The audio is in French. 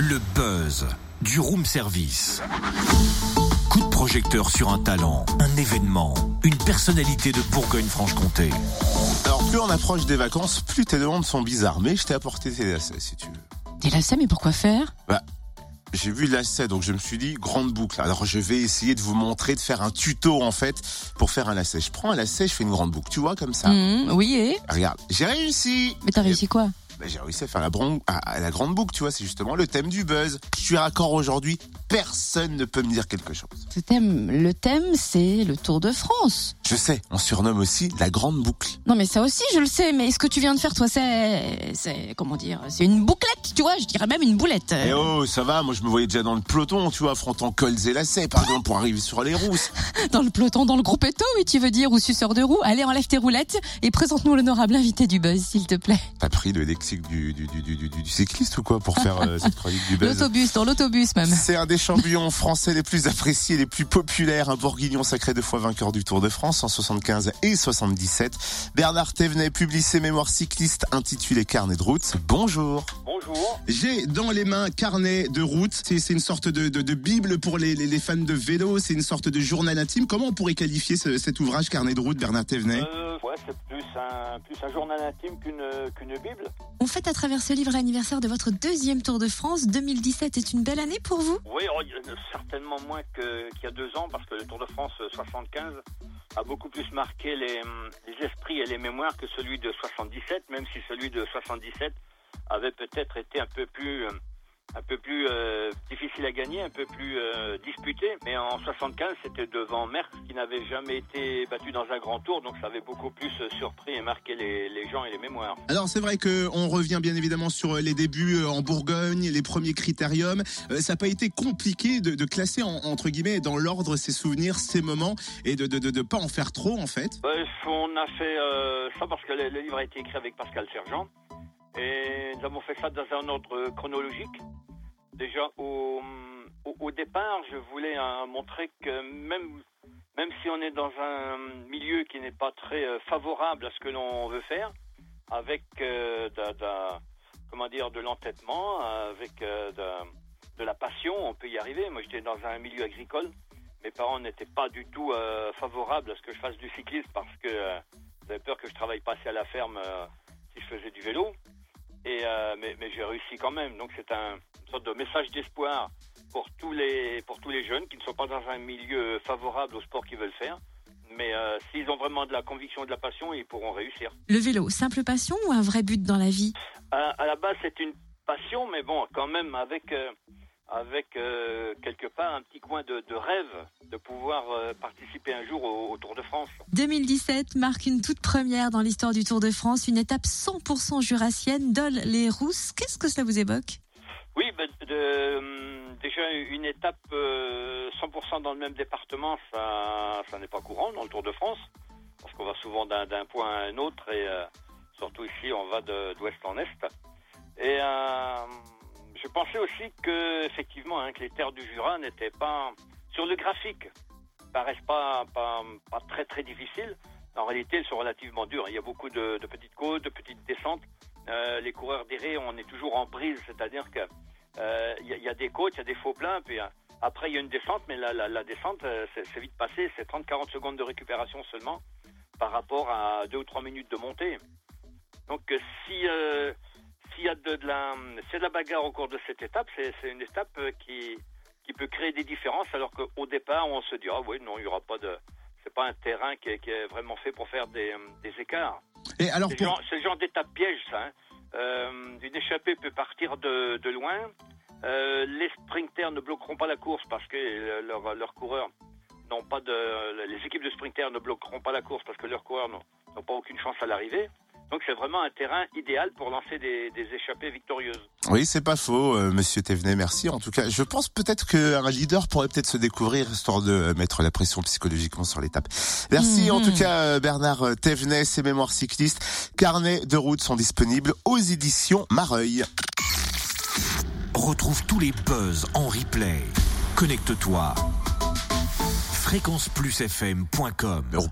Le buzz du room service. Coup de projecteur sur un talent, un événement, une personnalité de Bourgogne-Franche-Comté. Alors plus on approche des vacances, plus tes demandes sont bizarres. Mais je t'ai apporté tes lacets si tu veux. Des lacets, mais pourquoi faire ? J'ai vu le lacet, donc je me suis dit grande boucle. Alors je vais essayer de vous montrer, de faire un tuto en fait pour faire un lacet. Je prends un lacet, je fais une grande boucle, tu vois comme ça. Oui, et ? Regarde, j'ai réussi. Mais t'as réussi quoi ? J'ai réussi à faire la grande boucle, tu vois, c'est justement le thème du buzz. Je suis raccord aujourd'hui, personne ne peut me dire quelque chose. Le thème, c'est le Tour de France. Je sais, on surnomme aussi la grande boucle. Non mais ça aussi, je le sais, mais ce que tu viens de faire, toi, c'est comment dire, c'est une bouclette, tu vois, je dirais même une boulette. Eh oh, ça va, moi je me voyais déjà dans le peloton, tu vois, affrontant Cols et lacets, par exemple, pour arriver sur les rousses. Dans le peloton, dans le groupetto, oui, tu veux dire, ou suceur de roues. Allez, enlève tes roulettes et présente-nous l'honorable invité du buzz, s'il te plaît. T'as pris le lexique du cycliste ou quoi pour faire cette chronique du buzz? Dans l'autobus même. C'est un des champions français les plus appréciés, les plus populaires, un bourguignon sacré 2 fois vainqueur du Tour de France en 75 et 77. Bernard Thévenet publie ses mémoires cyclistes intitulées Carnet de route. Bonjour. Bonjour. J'ai dans les mains Carnet de route. C'est une sorte de bible pour les fans de vélo. C'est une sorte de journal intime. Comment on pourrait qualifier cet ouvrage Carnet de route, Bernard Thévenet? C'est plus un journal intime qu'une bible. On fête à travers ce livre l'anniversaire de votre 2e Tour de France. 2017 est une belle année pour vous? Oui, certainement moins qu'il y a 2 ans, parce que le Tour de France 75 a beaucoup plus marqué les esprits et les mémoires que celui de 77, même si celui de 77 avait peut-être été un peu plus difficile à gagner, un peu plus disputé. Mais en 75, c'était devant Merckx, qui n'avait jamais été battu dans un grand tour, donc ça avait beaucoup plus surpris et marqué les gens et les mémoires. Alors c'est vrai qu'on revient bien évidemment sur les débuts en Bourgogne, les premiers critériums. Ça n'a pas été compliqué de classer entre guillemets dans l'ordre ces souvenirs, ces moments, et de pas en faire trop en fait. On a fait ça parce que le livre a été écrit avec Pascal Sergent. Et nous avons fait ça dans un ordre chronologique. Déjà, au départ, je voulais montrer que même si on est dans un milieu qui n'est pas très favorable à ce que l'on veut faire, avec de l'entêtement, avec de la passion, on peut y arriver. Moi, j'étais dans un milieu agricole. Mes parents n'étaient pas du tout favorables à ce que je fasse du cyclisme parce que ils avaient peur que je travaille pas assez à la ferme si je faisais du vélo. Mais j'ai réussi quand même. Donc c'est une sorte de message d'espoir pour tous les jeunes qui ne sont pas dans un milieu favorable au sport qu'ils veulent faire. Mais s'ils ont vraiment de la conviction et de la passion, ils pourront réussir. Le vélo, simple passion ou un vrai but dans la vie ? À la base, c'est une passion, mais bon, quand même avec quelque part un petit coin de rêve de pouvoir participer un jour au Tour de France. 2017 marque une toute première dans l'histoire du Tour de France, une étape 100% jurassienne, Dole-les-Rousses. Qu'est-ce que cela vous évoque ? Oui, déjà une étape 100% dans le même département, ça n'est pas courant dans le Tour de France, parce qu'on va souvent d'un point à un autre, et surtout ici on va d'ouest en est. Et je pensais aussi que effectivement que les terres du Jura n'étaient pas sur le graphique, paraissent pas très très difficiles. En réalité, elles sont relativement dures. Il y a beaucoup de petites côtes, de petites descentes. Les coureurs d'éré, on est toujours en prise, c'est-à-dire que il y a des côtes, il y a des faux pleins, puis après il y a une descente, mais la descente c'est vite passé, c'est 30-40 secondes de récupération seulement par rapport à 2 ou 3 minutes de montée. Donc s'il y a de la bagarre au cours de cette étape, c'est une étape qui peut créer des différences, alors qu'au départ, on se dit non, il y aura pas c'est pas un terrain qui est vraiment fait pour faire des écarts. Et alors c'est le genre d'étape piège, ça. Une échappée peut partir de loin. Les sprinters ne bloqueront pas la course parce que leurs coureurs n'ont pas les équipes de sprinters ne bloqueront pas la course parce que leurs coureurs n'ont pas aucune chance à l'arrivée. Donc c'est vraiment un terrain idéal pour lancer des échappées victorieuses. Oui, c'est pas faux, monsieur Thévenet, merci. En tout cas, je pense peut-être qu'un leader pourrait peut-être se découvrir, histoire de mettre la pression psychologiquement sur l'étape. Merci en tout cas, Bernard Thévenet, ses mémoires cyclistes. Carnet de route sont disponibles aux éditions Mareuil. Retrouve tous les buzz en replay. Connecte-toi. fréquenceplusfm.com